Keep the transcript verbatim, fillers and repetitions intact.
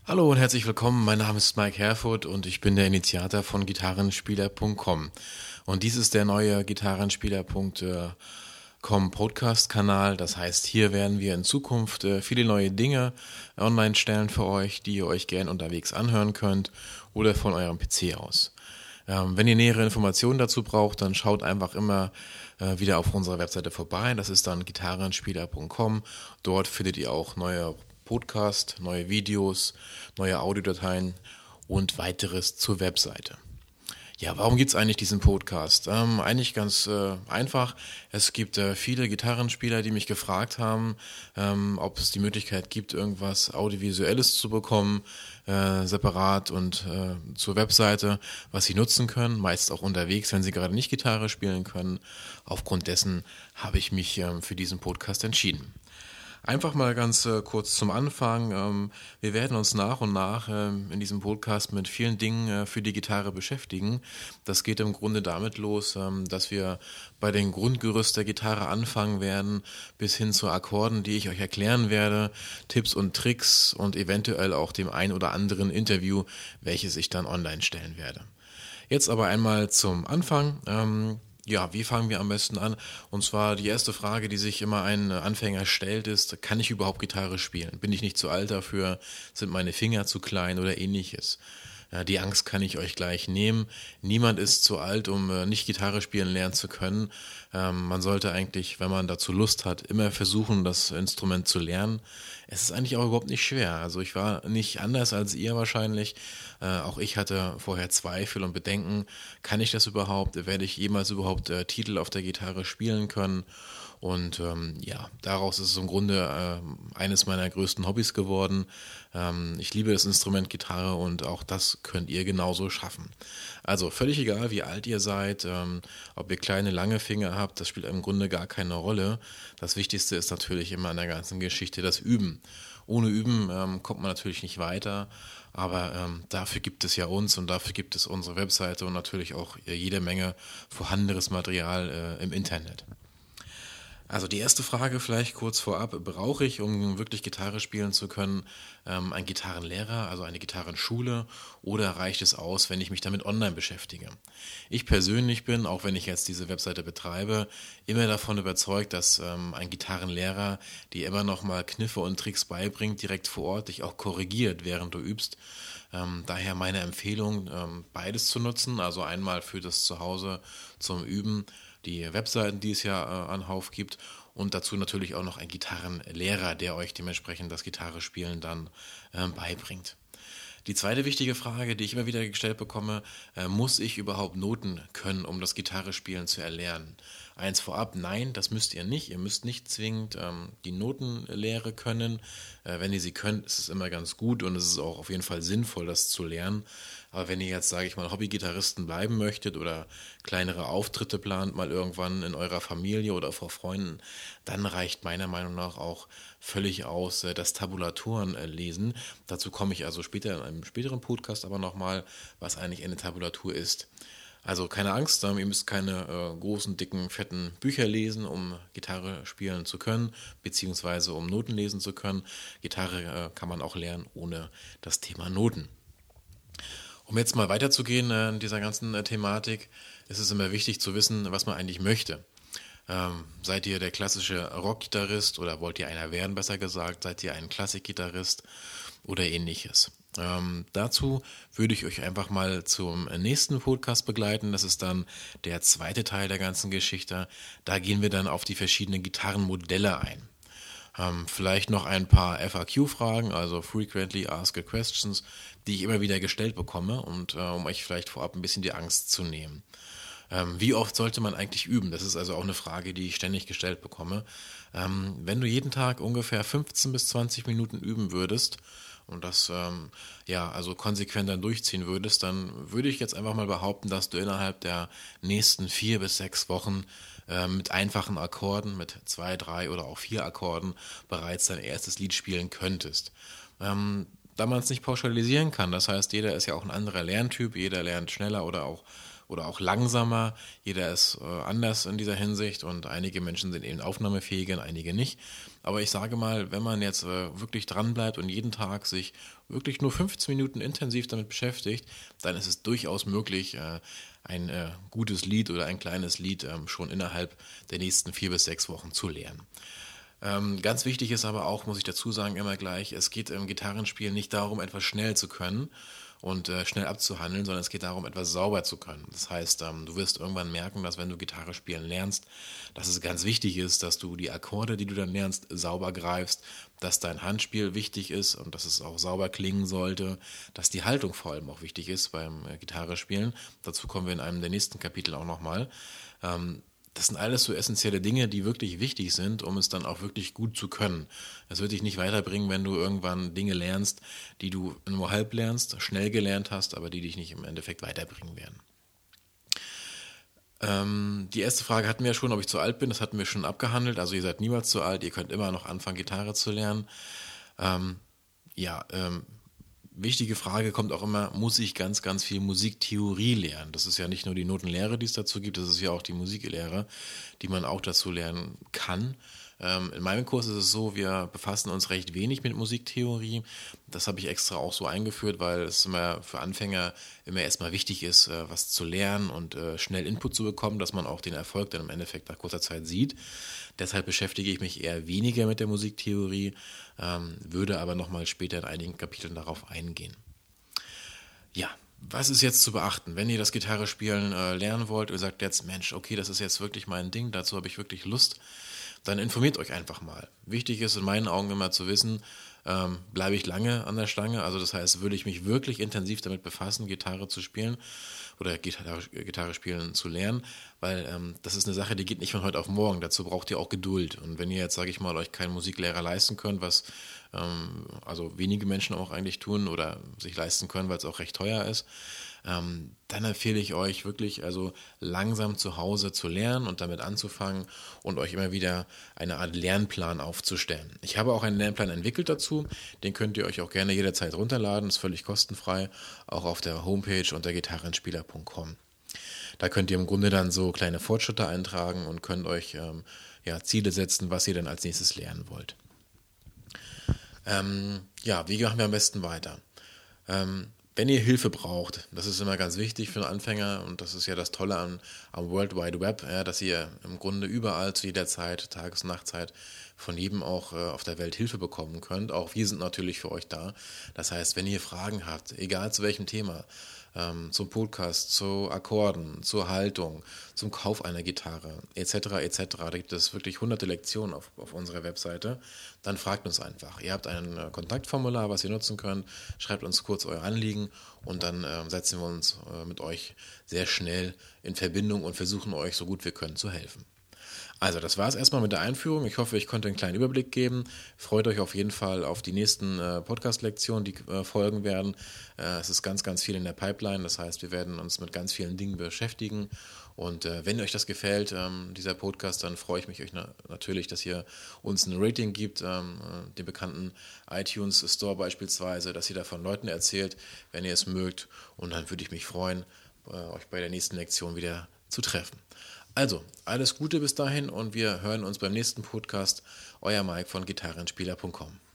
Hallo und herzlich willkommen, mein Name ist Mike Herfurth und ich bin der Initiator von Gitarrenspieler Punkt com. Und dies ist der neue Gitarrenspieler Punkt com Podcast-Kanal. Das heißt, hier werden wir in Zukunft äh, viele neue Dinge online stellen für euch, die ihr euch gern unterwegs anhören könnt oder von eurem P C aus. Ähm, wenn ihr nähere Informationen dazu braucht, dann schaut einfach immer äh, wieder auf unserer Webseite vorbei. Das ist dann Gitarrenspieler Punkt com. Dort findet ihr auch neue Podcast, neue Videos, neue Audiodateien und weiteres zur Webseite. Ja, warum gibt es eigentlich diesen Podcast? Ähm, eigentlich ganz äh, einfach. Es gibt äh, viele Gitarrenspieler, die mich gefragt haben, ähm, ob es die Möglichkeit gibt, irgendwas Audiovisuelles zu bekommen, äh, separat und äh, zur Webseite, was sie nutzen können, meist auch unterwegs, wenn sie gerade nicht Gitarre spielen können. Aufgrund dessen habe ich mich ähm, für diesen Podcast entschieden. Einfach mal ganz äh, kurz zum Anfang. Ähm, wir werden uns nach und nach ähm, in diesem Podcast mit vielen Dingen äh, für die Gitarre beschäftigen. Das geht im Grunde damit los, ähm, dass wir bei den Grundgerüst der Gitarre anfangen werden, bis hin zu Akkorden, die ich euch erklären werde, Tipps und Tricks und eventuell auch dem ein oder anderen Interview, welches ich dann online stellen werde. Jetzt aber einmal zum Anfang. Ähm, Ja, wie fangen wir am besten an? Und zwar die erste Frage, die sich immer ein Anfänger stellt, ist, kann ich überhaupt Gitarre spielen? Bin ich nicht zu alt dafür? Sind meine Finger zu klein oder ähnliches? Ja, die Angst kann ich euch gleich nehmen. Niemand ist zu alt, um äh, nicht Gitarre spielen lernen zu können. Ähm, man sollte eigentlich, wenn man dazu Lust hat, immer versuchen, das Instrument zu lernen. Es ist eigentlich auch überhaupt nicht schwer. Also ich war nicht anders als ihr wahrscheinlich. Äh, auch ich hatte vorher Zweifel und Bedenken. Kann ich das überhaupt? Werde ich jemals überhaupt äh, Titel auf der Gitarre spielen können? Und ähm, ja, daraus ist es im Grunde äh, eines meiner größten Hobbys geworden. Ähm, ich liebe das Instrument Gitarre und auch das könnt ihr genauso schaffen. Also völlig egal, wie alt ihr seid, ähm, ob ihr kleine, lange Finger habt, das spielt im Grunde gar keine Rolle. Das Wichtigste ist natürlich immer an der ganzen Geschichte das Üben. Ohne Üben ähm, kommt man natürlich nicht weiter, aber ähm, dafür gibt es ja uns und dafür gibt es unsere Webseite und natürlich auch jede Menge vorhandenes Material äh, im Internet. Also die erste Frage vielleicht kurz vorab, brauche ich, um wirklich Gitarre spielen zu können, ähm, einen Gitarrenlehrer, also eine Gitarrenschule, oder reicht es aus, wenn ich mich damit online beschäftige? Ich persönlich bin, auch wenn ich jetzt diese Webseite betreibe, immer davon überzeugt, dass ähm, ein Gitarrenlehrer dir immer noch mal Kniffe und Tricks beibringt, direkt vor Ort, dich auch korrigiert, während du übst. Ähm, daher meine Empfehlung, ähm, beides zu nutzen, also einmal für das Zuhause zum Üben, die Webseiten, die es ja äh, anhauf gibt und dazu natürlich auch noch ein Gitarrenlehrer, der euch dementsprechend das Gitarrespielen dann äh, beibringt. Die zweite wichtige Frage, die ich immer wieder gestellt bekomme, äh, muss ich überhaupt Noten können, um das Gitarrespielen zu erlernen? Eins vorab, nein, das müsst ihr nicht. Ihr müsst nicht zwingend ähm, die Notenlehre können. Äh, wenn ihr sie könnt, ist es immer ganz gut und es ist auch auf jeden Fall sinnvoll, das zu lernen. Aber wenn ihr jetzt, sage ich mal, Hobbygitarristen bleiben möchtet oder kleinere Auftritte plant, mal irgendwann in eurer Familie oder vor Freunden, dann reicht meiner Meinung nach auch völlig aus äh, das Tabulaturen äh, lesen. Dazu komme ich also später in einem späteren Podcast aber nochmal, was eigentlich eine Tabulatur ist. Also keine Angst, ihr müsst keine äh, großen, dicken, fetten Bücher lesen, um Gitarre spielen zu können, beziehungsweise um Noten lesen zu können. Gitarre äh, kann man auch lernen ohne das Thema Noten. Um jetzt mal weiterzugehen äh, in dieser ganzen äh, Thematik, ist es immer wichtig zu wissen, was man eigentlich möchte. Ähm, seid ihr der klassische Rockgitarrist oder wollt ihr einer werden, besser gesagt? Seid ihr ein Klassikgitarrist oder ähnliches? Ähm, dazu würde ich euch einfach mal zum nächsten Podcast begleiten. Das ist dann der zweite Teil der ganzen Geschichte. Da gehen wir dann auf die verschiedenen Gitarrenmodelle ein. Ähm, vielleicht noch ein paar F A Q-Fragen, also Frequently Asked Questions, die ich immer wieder gestellt bekomme und äh, um euch vielleicht vorab ein bisschen die Angst zu nehmen. Ähm, wie oft sollte man eigentlich üben? Das ist also auch eine Frage, die ich ständig gestellt bekomme. Ähm, wenn du jeden Tag ungefähr fünfzehn bis zwanzig Minuten üben würdest und das ähm, ja also konsequent dann durchziehen würdest, dann würde ich jetzt einfach mal behaupten, dass du innerhalb der nächsten vier bis sechs Wochen äh, mit einfachen Akkorden, mit zwei, drei oder auch vier Akkorden bereits dein erstes Lied spielen könntest. Ähm, da man es nicht pauschalisieren kann, das heißt, jeder ist ja auch ein anderer Lerntyp, jeder lernt schneller oder auch oder auch langsamer. Jeder ist äh, anders in dieser Hinsicht und einige Menschen sind eben aufnahmefähiger und einige nicht. Aber ich sage mal, wenn man jetzt äh, wirklich dranbleibt und jeden Tag sich wirklich nur fünfzehn Minuten intensiv damit beschäftigt, dann ist es durchaus möglich, äh, ein äh, gutes Lied oder ein kleines Lied ähm, schon innerhalb der nächsten vier bis sechs Wochen zu lernen. Ähm, ganz wichtig ist aber auch, muss ich dazu sagen, immer gleich, es geht im Gitarrenspiel nicht darum, etwas schnell zu können und äh, schnell abzuhandeln, sondern es geht darum, etwas sauber zu können. Das heißt, ähm, du wirst irgendwann merken, dass wenn du Gitarre spielen lernst, dass es ganz wichtig ist, dass du die Akkorde, die du dann lernst, sauber greifst, dass dein Handspiel wichtig ist und dass es auch sauber klingen sollte, dass die Haltung vor allem auch wichtig ist beim äh, Gitarrespielen. Dazu kommen wir in einem der nächsten Kapitel auch nochmal. Ähm, Das sind alles so essentielle Dinge, die wirklich wichtig sind, um es dann auch wirklich gut zu können. Es wird dich nicht weiterbringen, wenn du irgendwann Dinge lernst, die du nur halb lernst, schnell gelernt hast, aber die dich nicht im Endeffekt weiterbringen werden. Ähm, die erste Frage hatten wir ja schon, ob ich zu alt bin. Das hatten wir schon abgehandelt. Also ihr seid niemals zu alt, ihr könnt immer noch anfangen, Gitarre zu lernen. Ähm, ja, ähm, Wichtige Frage kommt auch immer, muss ich ganz, ganz viel Musiktheorie lernen? Das ist ja nicht nur die Notenlehre, die es dazu gibt, das ist ja auch die Musiklehre, die man auch dazu lernen kann. Ähm, in meinem Kurs ist es so, wir befassen uns recht wenig mit Musiktheorie. Das habe ich extra auch so eingeführt, weil es immer für Anfänger immer erstmal wichtig ist, äh, was zu lernen und äh, schnell Input zu bekommen, dass man auch den Erfolg dann im Endeffekt nach kurzer Zeit sieht. Deshalb beschäftige ich mich eher weniger mit der Musiktheorie, ähm, würde aber nochmal später in einigen Kapiteln darauf eingehen. Ja, was ist jetzt zu beachten, wenn ihr das Gitarrespielen äh, lernen wollt und ihr sagt jetzt, Mensch, okay, das ist jetzt wirklich mein Ding, dazu habe ich wirklich Lust, dann informiert euch einfach mal. Wichtig ist in meinen Augen immer zu wissen, ähm, bleibe ich lange an der Stange, also das heißt, würde ich mich wirklich intensiv damit befassen, Gitarre zu spielen oder Gitarre, Gitarre spielen zu lernen, weil ähm, das ist eine Sache, die geht nicht von heute auf morgen, dazu braucht ihr auch Geduld und wenn ihr jetzt, sage ich mal, euch keinen Musiklehrer leisten könnt, was ähm, also wenige Menschen auch eigentlich tun oder sich leisten können, weil es auch recht teuer ist, ähm, dann empfehle ich euch wirklich also langsam zu Hause zu lernen und damit anzufangen und euch immer wieder eine Art Lernplan aufzustellen. Ich habe auch einen Lernplan entwickelt dazu, den könnt ihr euch auch gerne jederzeit runterladen, ist völlig kostenfrei, auch auf der Homepage unter gitarrenspieler punkt com. Da könnt ihr im Grunde dann so kleine Fortschritte eintragen und könnt euch ähm, ja, Ziele setzen, was ihr dann als nächstes lernen wollt. Ähm, ja, wie machen wir am besten weiter? Ähm, Wenn ihr Hilfe braucht, das ist immer ganz wichtig für einen Anfänger und das ist ja das Tolle am, am World Wide Web, ja, dass ihr im Grunde überall zu jeder Zeit, Tages- und Nachtzeit von jedem auch äh, auf der Welt Hilfe bekommen könnt. Auch wir sind natürlich für euch da. Das heißt, wenn ihr Fragen habt, egal zu welchem Thema, ähm, zum Podcast, zu Akkorden, zur Haltung, zum Kauf einer Gitarre et cetera et cetera, da gibt es wirklich hunderte Lektionen auf, auf unserer Webseite, dann fragt uns einfach. Ihr habt ein äh, Kontaktformular, was ihr nutzen könnt, schreibt uns kurz euer Anliegen und dann äh, setzen wir uns äh, mit euch sehr schnell in Verbindung und versuchen euch so gut wir können zu helfen. Also das war es erstmal mit der Einführung. Ich hoffe, ich konnte einen kleinen Überblick geben. Freut euch auf jeden Fall auf die nächsten äh, Podcast-Lektionen, die äh, folgen werden. Äh, es ist ganz, ganz viel in der Pipeline. Das heißt, wir werden uns mit ganz vielen Dingen beschäftigen. Und äh, wenn euch das gefällt, ähm, dieser Podcast, dann freue ich mich euch na- natürlich, dass ihr uns ein Rating gibt, ähm, äh, den bekannten iTunes Store beispielsweise, dass ihr davon Leuten erzählt, wenn ihr es mögt. Und dann würde ich mich freuen, äh, euch bei der nächsten Lektion wieder zu treffen. Also, alles Gute bis dahin und wir hören uns beim nächsten Podcast. Euer Mike von gitarrenspieler punkt com.